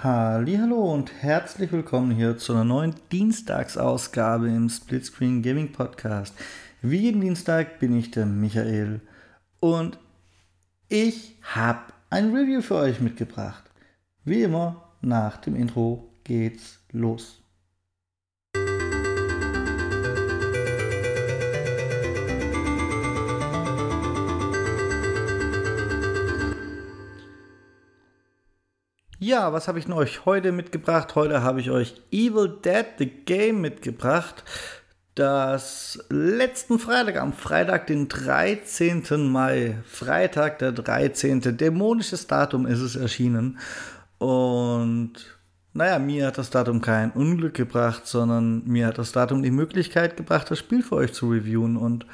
Hallihallo und herzlich willkommen hier zu einer neuen Dienstagsausgabe im Splitscreen Gaming Podcast. Wie jeden Dienstag bin ich der Michael und ich habe ein Review für euch mitgebracht. Wie immer, nach dem Intro geht's los. Ja, was habe ich denn euch heute mitgebracht? Heute habe ich euch Evil Dead The Game mitgebracht, das letzten Freitag, am Freitag, den 13. Mai, Freitag der 13., dämonisches Datum ist es erschienen. Und naja, mir hat das Datum kein Unglück gebracht, sondern mir hat das Datum die Möglichkeit gebracht, das Spiel für euch zu reviewen. Und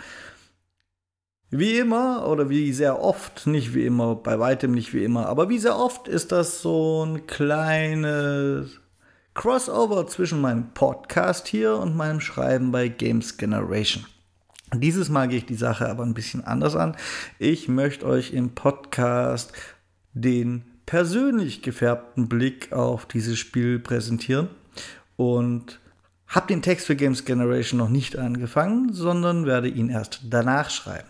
wie immer, oder wie sehr oft, nicht wie immer, bei weitem nicht wie immer, aber wie sehr oft ist das so ein kleines Crossover zwischen meinem Podcast hier und meinem Schreiben bei Games Generation. Dieses Mal gehe ich die Sache aber ein bisschen anders an. Ich möchte euch im Podcast den persönlich gefärbten Blick auf dieses Spiel präsentieren und habe den Text für Games Generation noch nicht angefangen, sondern werde ihn erst danach schreiben.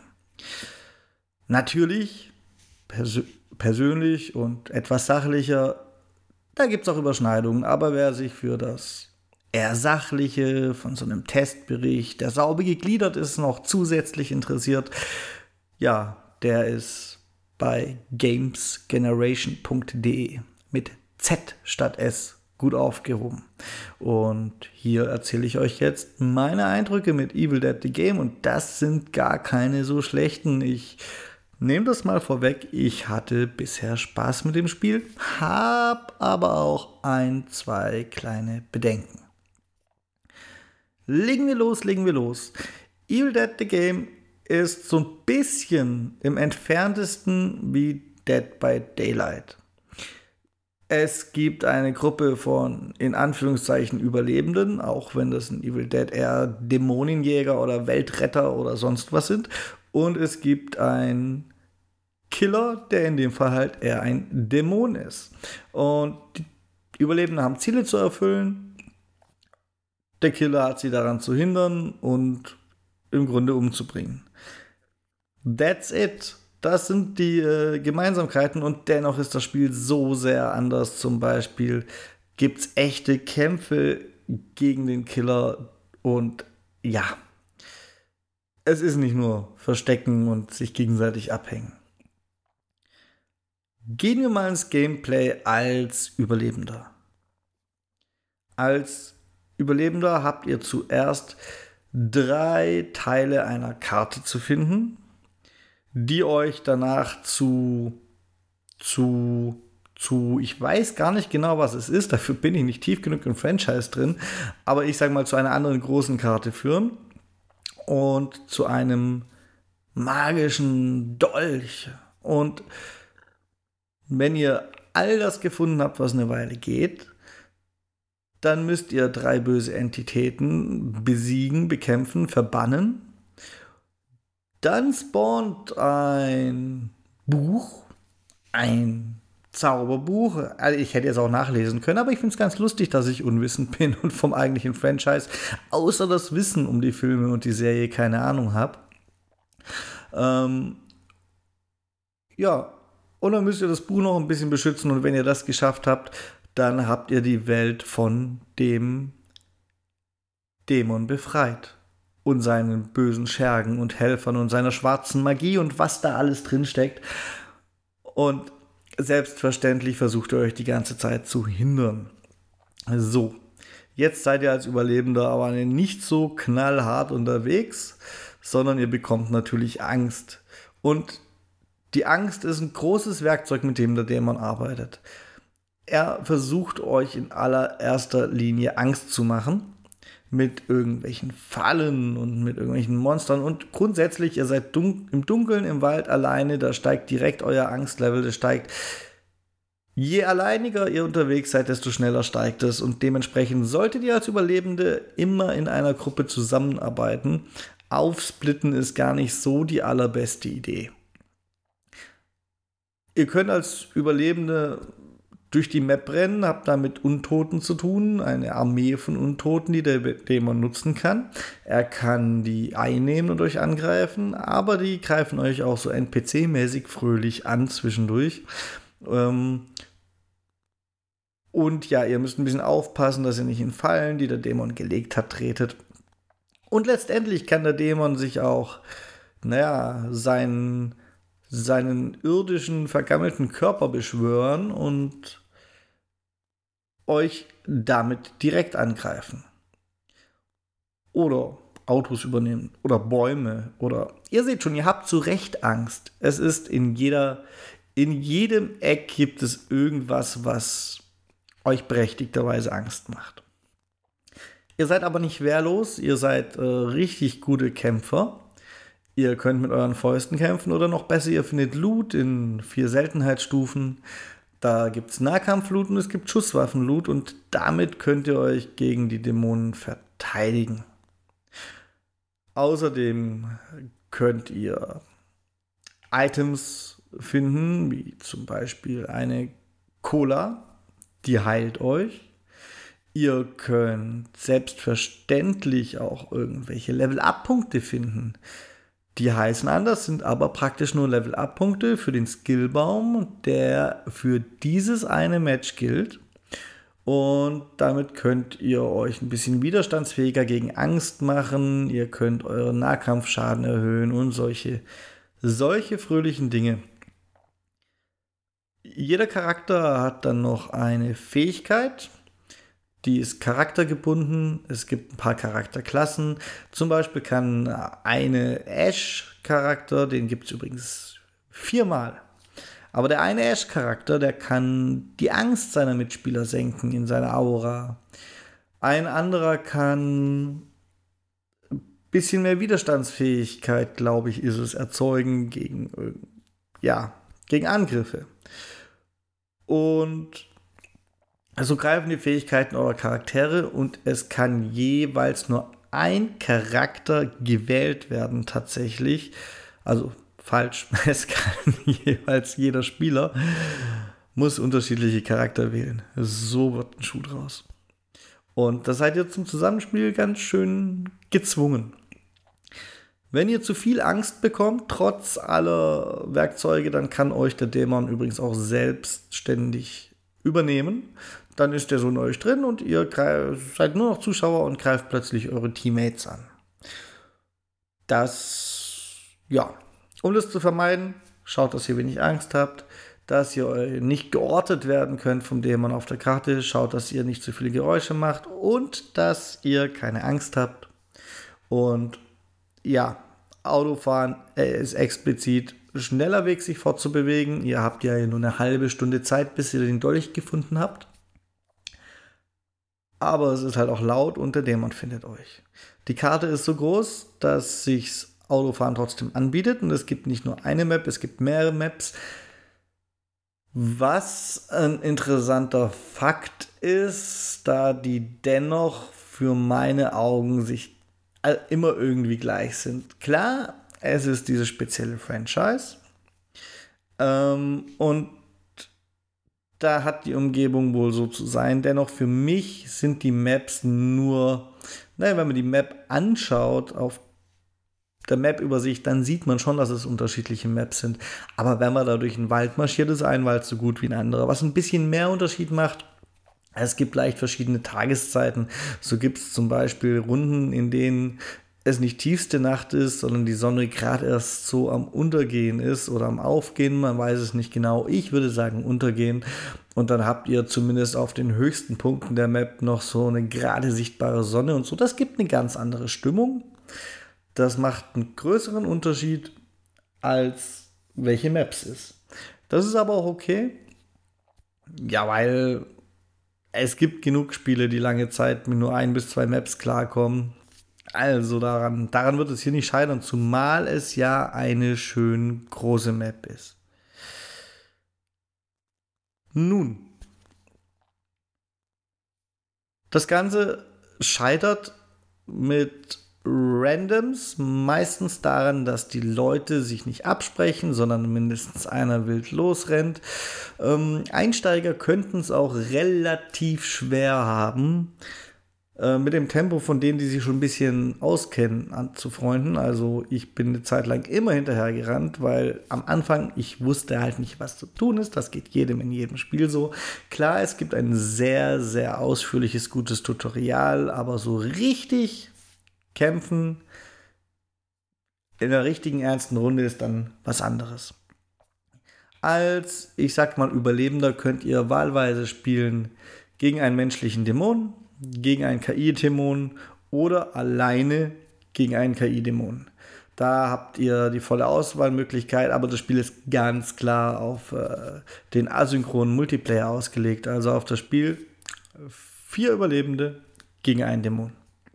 Natürlich, persönlich und etwas sachlicher, da gibt es auch Überschneidungen, aber wer sich für das eher sachliche von so einem Testbericht, der sauber gegliedert ist, noch zusätzlich interessiert, ja, der ist bei gamesgeneration.de mit Z statt S gut aufgehoben. Und hier erzähle ich euch jetzt meine Eindrücke mit Evil Dead The Game und das sind gar keine so schlechten. Ich nehme das mal vorweg, ich hatte bisher Spaß mit dem Spiel, habe aber auch ein, zwei kleine Bedenken. Legen wir los. Evil Dead The Game ist so ein bisschen im entferntesten wie Dead by Daylight. Es gibt eine Gruppe von, in Anführungszeichen, Überlebenden, auch wenn das ein Evil Dead eher Dämonenjäger oder Weltretter oder sonst was sind. Und es gibt einen Killer, der in dem Fall halt eher ein Dämon ist. Und die Überlebenden haben Ziele zu erfüllen. Der Killer hat sie daran zu hindern und im Grunde umzubringen. That's it. Das sind die Gemeinsamkeiten und dennoch ist das Spiel so sehr anders. Zum Beispiel gibt es echte Kämpfe gegen den Killer und ja, es ist nicht nur Verstecken und sich gegenseitig abhängen. Gehen wir mal ins Gameplay als Überlebender. Als Überlebender habt ihr zuerst 3 Teile einer Karte zu finden, die euch danach ich weiß gar nicht genau, was es ist, dafür bin ich nicht tief genug im Franchise drin, aber ich sage mal zu einer anderen großen Karte führen und zu einem magischen Dolch. Und wenn ihr all das gefunden habt, was eine Weile geht, dann müsst ihr 3 böse Entitäten besiegen, bekämpfen, verbannen. Dann spawnt ein Buch, ein Zauberbuch. Also ich hätte jetzt auch nachlesen können, aber ich finde es ganz lustig, dass ich unwissend bin und vom eigentlichen Franchise außer das Wissen um die Filme und die Serie keine Ahnung habe. Ja, und dann müsst ihr das Buch noch ein bisschen beschützen und wenn ihr das geschafft habt, dann habt ihr die Welt von dem Dämon befreit. Und seinen bösen Schergen und Helfern und seiner schwarzen Magie und was da alles drin steckt. Und selbstverständlich versucht ihr euch die ganze Zeit zu hindern. So, jetzt seid ihr als Überlebender aber nicht so knallhart unterwegs, sondern ihr bekommt natürlich Angst. Und die Angst ist ein großes Werkzeug, mit dem der Dämon arbeitet. Er versucht euch in allererster Linie Angst zu machen. Mit irgendwelchen Fallen und mit irgendwelchen Monstern und grundsätzlich, ihr seid im Dunkeln im Wald alleine, da steigt direkt euer Angstlevel, das steigt. Je alleiniger ihr unterwegs seid, desto schneller steigt es und dementsprechend solltet ihr als Überlebende immer in einer Gruppe zusammenarbeiten. Aufsplitten ist gar nicht so die allerbeste Idee. Ihr könnt als Überlebende durch die Map rennen, habt da mit Untoten zu tun, eine Armee von Untoten, die der Dämon nutzen kann. Er kann die einnehmen und euch angreifen, aber die greifen euch auch so NPC-mäßig fröhlich an zwischendurch. Und ja, ihr müsst ein bisschen aufpassen, dass ihr nicht in Fallen, die der Dämon gelegt hat, tretet. Und letztendlich kann der Dämon sich auch, seinen irdischen, vergammelten Körper beschwören und euch damit direkt angreifen. Oder Autos übernehmen oder Bäume oder ihr seht schon, ihr habt zu Recht Angst. Es ist in jedem Eck gibt es irgendwas, was euch berechtigterweise Angst macht. Ihr seid aber nicht wehrlos, ihr seid richtig gute Kämpfer. Ihr könnt mit euren Fäusten kämpfen oder noch besser, ihr findet Loot in 4 Seltenheitsstufen. Da gibt es Nahkampfloot und es gibt Schusswaffenloot und damit könnt ihr euch gegen die Dämonen verteidigen. Außerdem könnt ihr Items finden, wie zum Beispiel eine Cola, die heilt euch. Ihr könnt selbstverständlich auch irgendwelche Level-Up-Punkte finden. Die heißen anders, sind aber praktisch nur Level-Up-Punkte für den Skillbaum, der für dieses eine Match gilt. Und damit könnt ihr euch ein bisschen widerstandsfähiger gegen Angst machen. Ihr könnt euren Nahkampfschaden erhöhen und solche fröhlichen Dinge. Jeder Charakter hat dann noch eine Fähigkeit. Die ist charaktergebunden. Es gibt ein paar Charakterklassen. Zum Beispiel kann eine Ash-Charakter, den gibt es übrigens 4-mal. Aber der eine Ash-Charakter, der kann die Angst seiner Mitspieler senken in seiner Aura. Ein anderer kann ein bisschen mehr Widerstandsfähigkeit, glaube ich, ist es, erzeugen gegen Angriffe. Und so greifen die Fähigkeiten eurer Charaktere und es kann jeweils nur ein Charakter gewählt werden tatsächlich. Also falsch, es kann jeweils jeder Spieler muss unterschiedliche Charakter wählen. So wird ein Schuh draus. Und da seid ihr zum Zusammenspiel ganz schön gezwungen. Wenn ihr zu viel Angst bekommt, trotz aller Werkzeuge, dann kann euch der Dämon übrigens auch selbstständig übernehmen. Dann ist der so in euch drin und ihr seid nur noch Zuschauer und greift plötzlich eure Teammates an. Um das zu vermeiden, schaut, dass ihr wenig Angst habt, dass ihr nicht geortet werden könnt vom Dämon auf der Karte, schaut, dass ihr nicht zu viele Geräusche macht und dass ihr keine Angst habt. Und ja, Autofahren ist explizit schneller Weg, sich fortzubewegen. Ihr habt ja nur eine halbe Stunde Zeit, bis ihr den Dolch gefunden habt. Aber es ist halt auch laut und der Dämon findet euch. Die Karte ist so groß, dass sich's Autofahren trotzdem anbietet und es gibt nicht nur eine Map, es gibt mehrere Maps. Was ein interessanter Fakt ist, da die dennoch für meine Augen sich immer irgendwie gleich sind. Klar, es ist dieses spezielle Franchise und da hat die Umgebung wohl so zu sein. Dennoch für mich sind die Maps nur, wenn man die Map anschaut auf der Map-Übersicht, dann sieht man schon, dass es unterschiedliche Maps sind. Aber wenn man da durch den Wald marschiert, ist ein Wald so gut wie ein anderer. Was ein bisschen mehr Unterschied macht, es gibt leicht verschiedene Tageszeiten. So gibt es zum Beispiel Runden, in denen es nicht tiefste Nacht ist, sondern die Sonne gerade erst so am Untergehen ist oder am Aufgehen. Man weiß es nicht genau. Ich würde sagen Untergehen. Und dann habt ihr zumindest auf den höchsten Punkten der Map noch so eine gerade sichtbare Sonne und so. Das gibt eine ganz andere Stimmung. Das macht einen größeren Unterschied, als welche Maps ist. Das ist aber auch okay. Ja, weil es gibt genug Spiele, die lange Zeit mit nur 1 bis 2 Maps klarkommen. Also daran wird es hier nicht scheitern, zumal es ja eine schön große Map ist. Nun, das Ganze scheitert mit Randoms, meistens daran, dass die Leute sich nicht absprechen, sondern mindestens einer wild losrennt. Einsteiger könnten es auch relativ schwer haben, mit dem Tempo von denen, die sich schon ein bisschen auskennen, anzufreunden. Also ich bin eine Zeit lang immer hinterher gerannt, weil am Anfang ich wusste halt nicht, was zu tun ist. Das geht jedem in jedem Spiel so. Klar, es gibt ein sehr, sehr ausführliches, gutes Tutorial, aber so richtig kämpfen in der richtigen ernsten Runde ist dann was anderes. Als, ich sag mal, Überlebender könnt ihr wahlweise spielen gegen einen menschlichen Dämon, gegen einen KI-Dämon oder alleine gegen einen KI-Dämon. Da habt ihr die volle Auswahlmöglichkeit, aber das Spiel ist ganz klar auf den asynchronen Multiplayer ausgelegt. Also auf das Spiel 4 Überlebende gegen einen Dämon.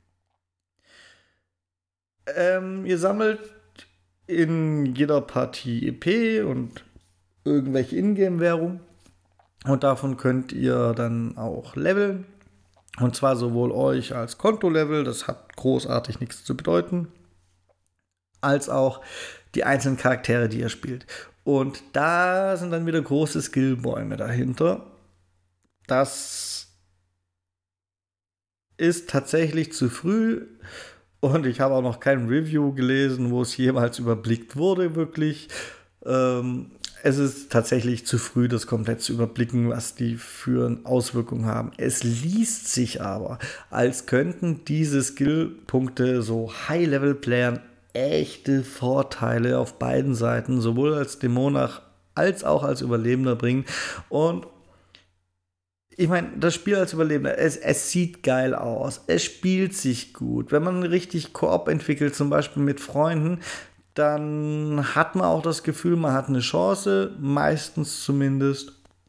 Ihr sammelt in jeder Partie EP und irgendwelche Ingame-Währung. Und davon könnt ihr dann auch leveln. Und zwar sowohl euch als Kontolevel, das hat großartig nichts zu bedeuten, als auch die einzelnen Charaktere, die ihr spielt. Und da sind dann wieder große Skillbäume dahinter. Das ist tatsächlich zu früh. Und ich habe auch noch kein Review gelesen, wo es jemals überblickt wurde, wirklich. Es ist tatsächlich zu früh, das komplett zu überblicken, was die für Auswirkungen haben. Es liest sich aber, als könnten diese Skillpunkte so High-Level-Playern echte Vorteile auf beiden Seiten, sowohl als Dämon als auch als Überlebender bringen. Und ich meine, das Spiel als Überlebender, es sieht geil aus, es spielt sich gut. Wenn man richtig Koop entwickelt, zum Beispiel mit Freunden, dann hat man auch das Gefühl, man hat eine Chance, meistens zumindest.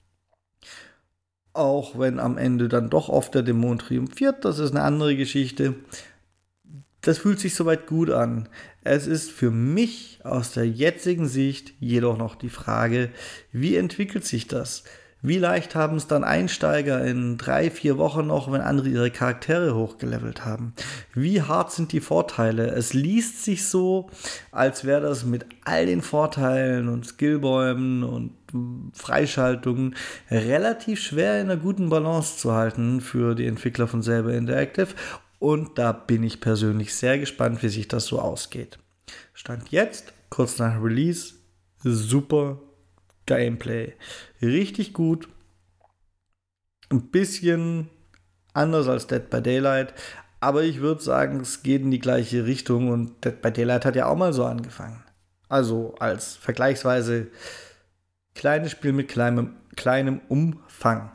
Auch wenn am Ende dann doch oft der Dämon triumphiert, das ist eine andere Geschichte. Das fühlt sich soweit gut an. Es ist für mich aus der jetzigen Sicht jedoch noch die Frage, wie entwickelt sich das? Wie leicht haben es dann Einsteiger in 3-4 Wochen noch, wenn andere ihre Charaktere hochgelevelt haben? Wie hart sind die Vorteile? Es liest sich so, als wäre das mit all den Vorteilen und Skillbäumen und Freischaltungen relativ schwer in einer guten Balance zu halten für die Entwickler von Saber Interactive. Und da bin ich persönlich sehr gespannt, wie sich das so ausgeht. Stand jetzt, kurz nach Release, super Gameplay. Richtig gut. Ein bisschen anders als Dead by Daylight. Aber ich würde sagen, es geht in die gleiche Richtung. Und Dead by Daylight hat ja auch mal so angefangen. Also als vergleichsweise kleines Spiel mit kleinem Umfang.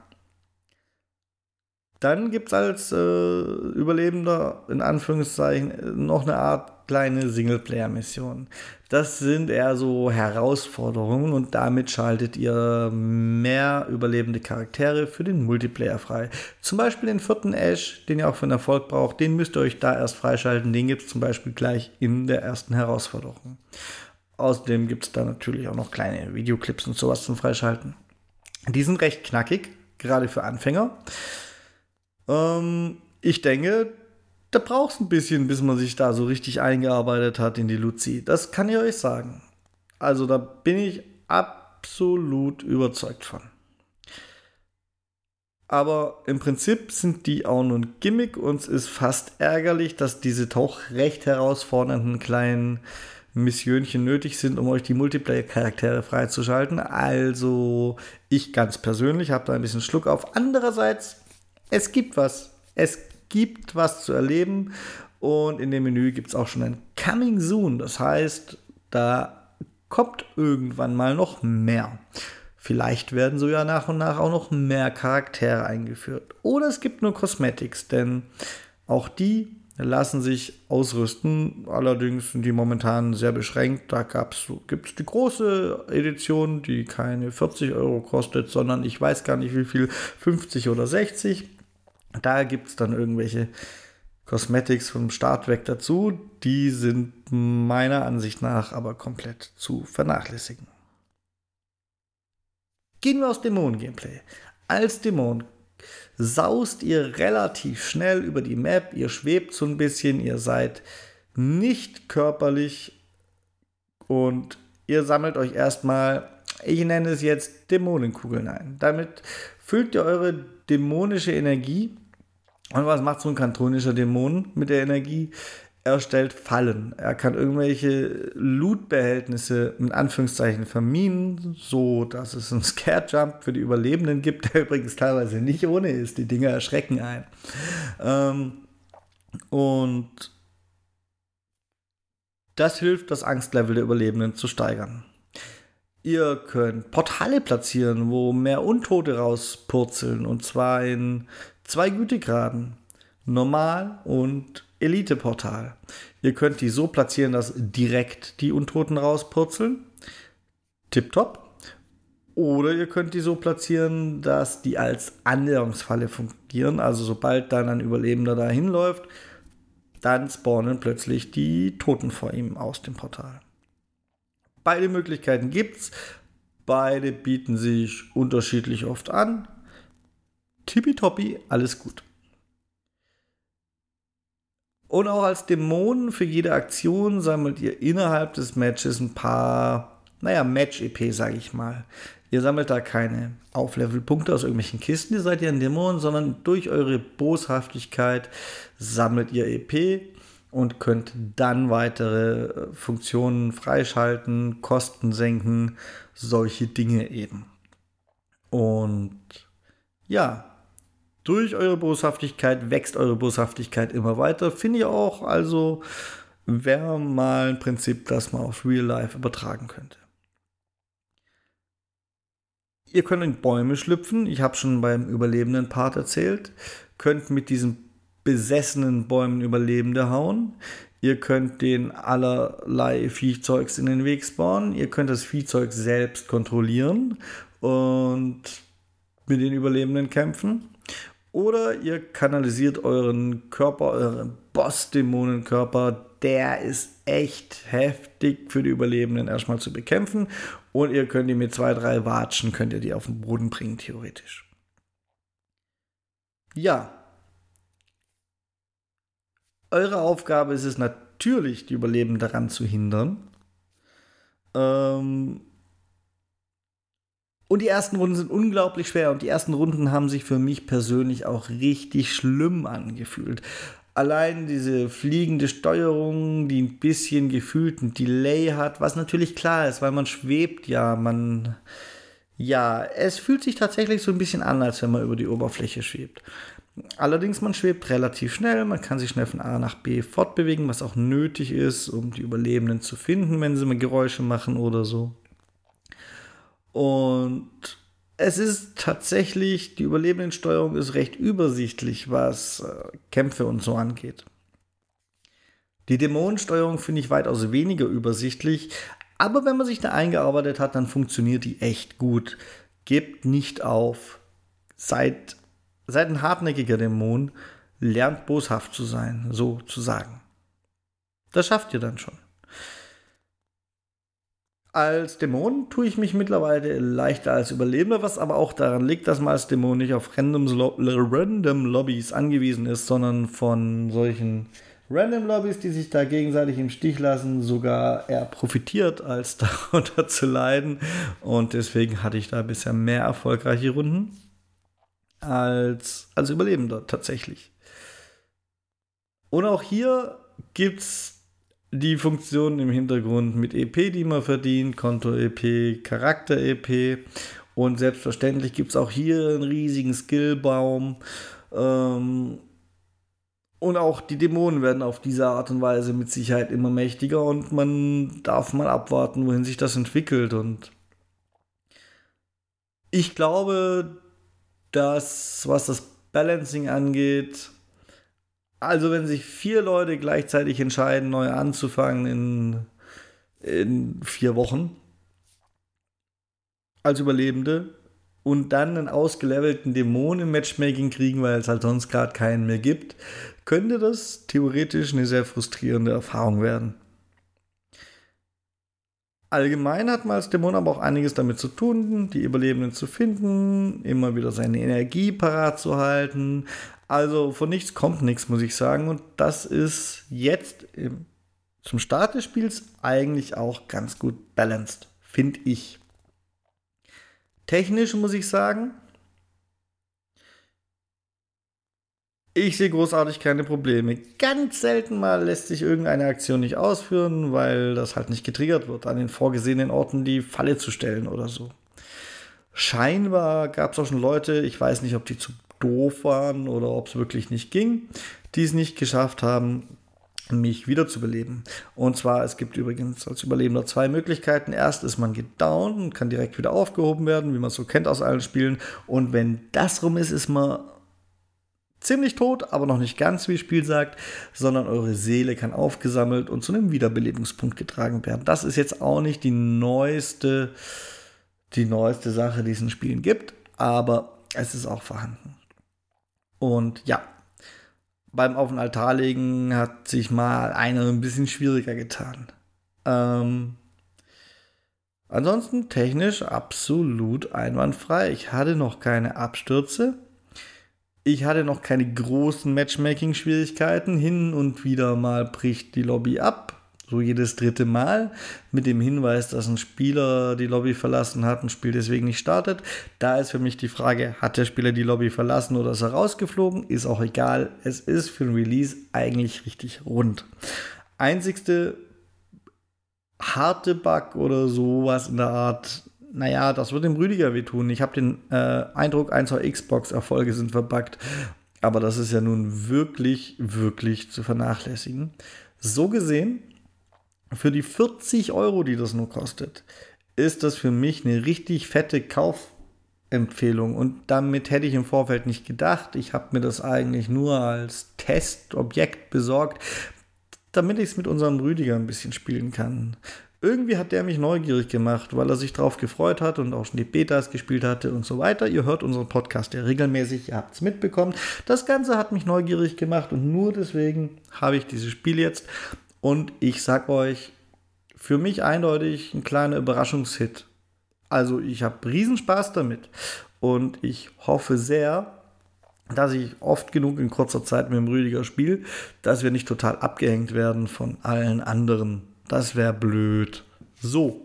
Dann gibt es als Überlebender, in Anführungszeichen, noch eine Art kleine Singleplayer-Mission. Das sind eher so Herausforderungen und damit schaltet ihr mehr überlebende Charaktere für den Multiplayer frei. Zum Beispiel den 4. Ash, den ihr auch für den Erfolg braucht, den müsst ihr euch da erst freischalten. Den gibt es zum Beispiel gleich in der ersten Herausforderung. Außerdem gibt es da natürlich auch noch kleine Videoclips und sowas zum Freischalten. Die sind recht knackig, gerade für Anfänger. Ich denke, da braucht es ein bisschen, bis man sich da so richtig eingearbeitet hat in die Luzi. Das kann ich euch sagen. Also da bin ich absolut überzeugt von. Aber im Prinzip sind die auch nur ein Gimmick und es ist fast ärgerlich, dass diese doch recht herausfordernden kleinen Missionchen nötig sind, um euch die Multiplayer-Charaktere freizuschalten. Also ich ganz persönlich habe da ein bisschen Schluck auf. Andererseits, es gibt was. Es gibt was zu erleben und in dem Menü gibt es auch schon ein Coming Soon. Das heißt, da kommt irgendwann mal noch mehr. Vielleicht werden so ja nach und nach auch noch mehr Charaktere eingeführt. Oder es gibt nur Cosmetics, denn auch die lassen sich ausrüsten. Allerdings sind die momentan sehr beschränkt. Da gibt es die große Edition, die keine 40 Euro kostet, sondern ich weiß gar nicht wie viel, 50 oder 60. Da gibt es dann irgendwelche Cosmetics vom Start weg dazu. Die sind meiner Ansicht nach aber komplett zu vernachlässigen. Gehen wir aus Dämonen-Gameplay. Als Dämon saust ihr relativ schnell über die Map, ihr schwebt so ein bisschen, ihr seid nicht körperlich, und ihr sammelt euch erstmal, ich nenne es jetzt Dämonenkugeln ein. Damit füllt ihr eure dämonische Energie. Und was macht so ein kantonischer Dämon mit der Energie? Er stellt Fallen. Er kann irgendwelche Loot-Behältnisse in Anführungszeichen verminen, so dass es einen Scare-Jump für die Überlebenden gibt, der übrigens teilweise nicht ohne ist. Die Dinger erschrecken ein. Und das hilft, das Angstlevel der Überlebenden zu steigern. Ihr könnt Portale platzieren, wo mehr Untote rauspurzeln, und zwar in 2 Gütegraden. Normal und Elite-Portal. Ihr könnt die so platzieren, dass direkt die Untoten rauspurzeln. Tipptopp. Oder ihr könnt die so platzieren, dass die als Annäherungsfalle fungieren. Also sobald dann ein Überlebender da hinläuft, dann spawnen plötzlich die Toten vor ihm aus dem Portal. Beide Möglichkeiten gibt's. Beide bieten sich unterschiedlich oft an. Tippitoppi, alles gut. Und auch als Dämon für jede Aktion sammelt ihr innerhalb des Matches ein paar, Match-EP, sage ich mal. Ihr sammelt da keine Auflevelpunkte aus irgendwelchen Kisten, ihr seid ja ein Dämon, sondern durch eure Boshaftigkeit sammelt ihr EP und könnt dann weitere Funktionen freischalten, Kosten senken, solche Dinge eben. Und ja, durch eure Boshaftigkeit wächst eure Boshaftigkeit immer weiter. Finde ich auch, also wäre mal ein Prinzip, das man auf Real Life übertragen könnte. Ihr könnt in Bäume schlüpfen, ich habe schon beim überlebenden Part erzählt, könnt mit diesen besessenen Bäumen Überlebende hauen. Ihr könnt den allerlei Viehzeugs in den Weg spawnen. Ihr könnt das Viehzeug selbst kontrollieren und mit den Überlebenden kämpfen. Oder ihr kanalisiert euren Körper, euren Boss-Dämonenkörper. Der ist echt heftig für die Überlebenden erstmal zu bekämpfen. Und ihr könnt die mit 2, 3 Watschen, könnt ihr die auf den Boden bringen, theoretisch. Ja. Eure Aufgabe ist es natürlich, die Überlebenden daran zu hindern. Und die ersten Runden sind unglaublich schwer, und die ersten Runden haben sich für mich persönlich auch richtig schlimm angefühlt. Allein diese fliegende Steuerung, die ein bisschen gefühlten Delay hat, was natürlich klar ist, weil man schwebt es fühlt sich tatsächlich so ein bisschen an, als wenn man über die Oberfläche schwebt. Allerdings, man schwebt relativ schnell, man kann sich schnell von A nach B fortbewegen, was auch nötig ist, um die Überlebenden zu finden, wenn sie mal Geräusche machen oder so. Und es ist tatsächlich, die Überlebendensteuerung ist recht übersichtlich, was Kämpfe und so angeht. Die Dämonensteuerung finde ich weitaus weniger übersichtlich, aber wenn man sich da eingearbeitet hat, dann funktioniert die echt gut. Gebt nicht auf. Seid ein hartnäckiger Dämon, lernt boshaft zu sein, sozusagen. Das schafft ihr dann schon. Als Dämon tue ich mich mittlerweile leichter als Überlebender, was aber auch daran liegt, dass man als Dämon nicht auf random Lobbys angewiesen ist, sondern von solchen Random Lobbys, die sich da gegenseitig im Stich lassen, sogar eher profitiert, als darunter zu leiden. Und deswegen hatte ich da bisher mehr erfolgreiche Runden als Überlebender tatsächlich. Und auch hier gibt es die Funktionen im Hintergrund mit EP, die man verdient, Konto-EP, Charakter-EP, und selbstverständlich gibt es auch hier einen riesigen Skillbaum. Und auch die Dämonen werden auf diese Art und Weise mit Sicherheit immer mächtiger, und man darf mal abwarten, wohin sich das entwickelt. Und ich glaube, dass, was das Balancing angeht, also wenn sich 4 Leute gleichzeitig entscheiden, neu anzufangen in 4 Wochen als Überlebende und dann einen ausgelevelten Dämon im Matchmaking kriegen, weil es halt sonst gerade keinen mehr gibt, könnte das theoretisch eine sehr frustrierende Erfahrung werden. Allgemein hat man als Dämon aber auch einiges damit zu tun, die Überlebenden zu finden, immer wieder seine Energie parat zu halten. Also von nichts kommt nichts, muss ich sagen. Und das ist jetzt zum Start des Spiels eigentlich auch ganz gut balanced, finde ich. Technisch muss ich sagen, ich sehe großartig keine Probleme. Ganz selten mal lässt sich irgendeine Aktion nicht ausführen, weil das halt nicht getriggert wird, an den vorgesehenen Orten die Falle zu stellen oder so. Scheinbar gab es auch schon Leute, ich weiß nicht, ob die zu doof waren oder ob es wirklich nicht ging, die es nicht geschafft haben, mich wiederzubeleben. Und zwar, es gibt übrigens als Überlebender 2 Möglichkeiten. Erst ist man gedownt und kann direkt wieder aufgehoben werden, wie man es so kennt aus allen Spielen. Und wenn das rum ist man ziemlich tot, aber noch nicht ganz, wie das Spiel sagt, sondern eure Seele kann aufgesammelt und zu einem Wiederbelebungspunkt getragen werden. Das ist jetzt auch nicht die neueste Sache, die es in Spielen gibt, aber es ist auch vorhanden. Und ja, beim Auf den Altar legen hat sich mal einer ein bisschen schwieriger getan. Ansonsten technisch absolut einwandfrei. Ich hatte noch keine Abstürze. Ich hatte noch keine großen Matchmaking-Schwierigkeiten. Hin und wieder mal bricht die Lobby ab. So jedes dritte Mal. Mit dem Hinweis, dass ein Spieler die Lobby verlassen hat und das Spiel deswegen nicht startet. Da ist für mich die Frage, hat der Spieler die Lobby verlassen oder ist er rausgeflogen? Ist auch egal. Es ist für ein Release eigentlich richtig rund. Einzigste harte Bug oder sowas in der Art, naja, das wird dem Rüdiger wehtun. Ich habe den Eindruck, 2 Xbox-Erfolge sind verbuggt. Aber das ist ja nun wirklich, wirklich zu vernachlässigen. So gesehen, für die 40 €, die das nur kostet, ist das für mich eine richtig fette Kaufempfehlung. Und damit hätte ich im Vorfeld nicht gedacht. Ich habe mir das eigentlich nur als Testobjekt besorgt, damit ich es mit unserem Rüdiger ein bisschen spielen kann. Irgendwie hat der mich neugierig gemacht, weil er sich drauf gefreut hat und auch schon die Betas gespielt hatte und so weiter. Ihr hört unseren Podcast ja regelmäßig, ihr habt es mitbekommen. Das Ganze hat mich neugierig gemacht und nur deswegen habe ich dieses Spiel jetzt. Und ich sag euch, für mich eindeutig ein kleiner Überraschungshit. Also ich habe Riesenspaß damit und ich hoffe sehr, dass ich oft genug in kurzer Zeit mit dem Rüdiger spiele, dass wir nicht total abgehängt werden von allen anderen. Das wäre blöd. So.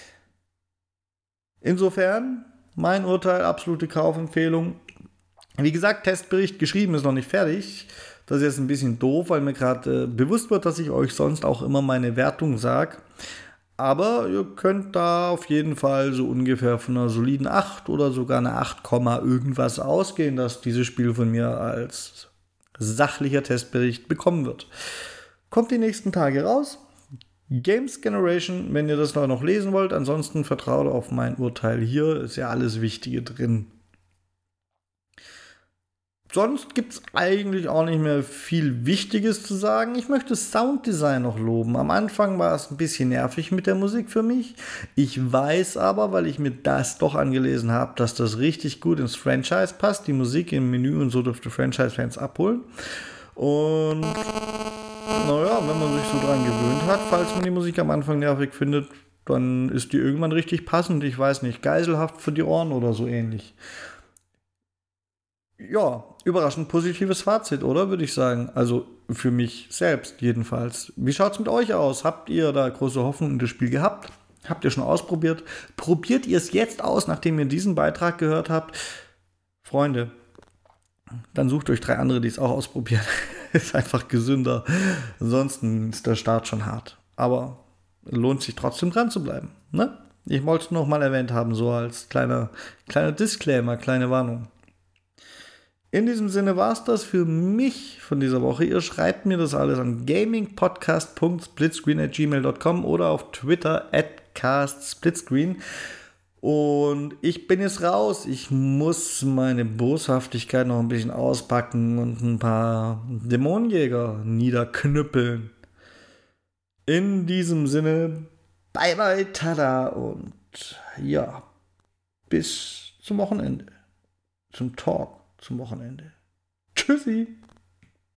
Insofern, mein Urteil, absolute Kaufempfehlung. Wie gesagt, Testbericht geschrieben ist noch nicht fertig. Das ist jetzt ein bisschen doof, weil mir gerade bewusst wird, dass ich euch sonst auch immer meine Wertung sage. Aber ihr könnt da auf jeden Fall so ungefähr von einer soliden 8 oder sogar eine 8, irgendwas ausgehen, dass dieses Spiel von mir als sachlicher Testbericht bekommen wird. Kommt die nächsten Tage raus. Games Generation, wenn ihr das noch lesen wollt. Ansonsten vertraut auf mein Urteil hier. Ist ja alles Wichtige drin. Sonst gibt es eigentlich auch nicht mehr viel Wichtiges zu sagen. Ich möchte Sounddesign noch loben. Am Anfang war es ein bisschen nervig mit der Musik für mich. Ich weiß aber, weil ich mir das doch angelesen habe, dass das richtig gut ins Franchise passt. Die Musik im Menü und so dürfte Franchise-Fans abholen. Und naja, wenn man sich so dran gewöhnt hat, falls man die Musik am Anfang nervig findet, dann ist die irgendwann richtig passend. Ich weiß nicht, geiselhaft für die Ohren oder so ähnlich. Ja, überraschend positives Fazit, oder? Würde ich sagen. Also für mich selbst jedenfalls. Wie schaut es mit euch aus? Habt ihr da große Hoffnung in das Spiel gehabt? Habt ihr schon ausprobiert? Probiert ihr es jetzt aus, nachdem ihr diesen Beitrag gehört habt? Freunde, dann sucht euch 3 andere, die es auch ausprobieren. Ist einfach gesünder. Ansonsten ist der Start schon hart. Aber lohnt sich trotzdem dran zu bleiben. Ne? Ich wollte es noch mal erwähnt haben, so als kleiner Disclaimer, kleine Warnung. In diesem Sinne war es das für mich von dieser Woche. Ihr schreibt mir das alles an gamingpodcast.splitscreen@gmail.com oder auf Twitter @castsplitscreen. Und ich bin jetzt raus. Ich muss meine Boshaftigkeit noch ein bisschen auspacken und ein paar Dämonenjäger niederknüppeln. In diesem Sinne, bye bye, tada und ja, bis zum Wochenende. Zum Talk zum Wochenende. Tschüssi.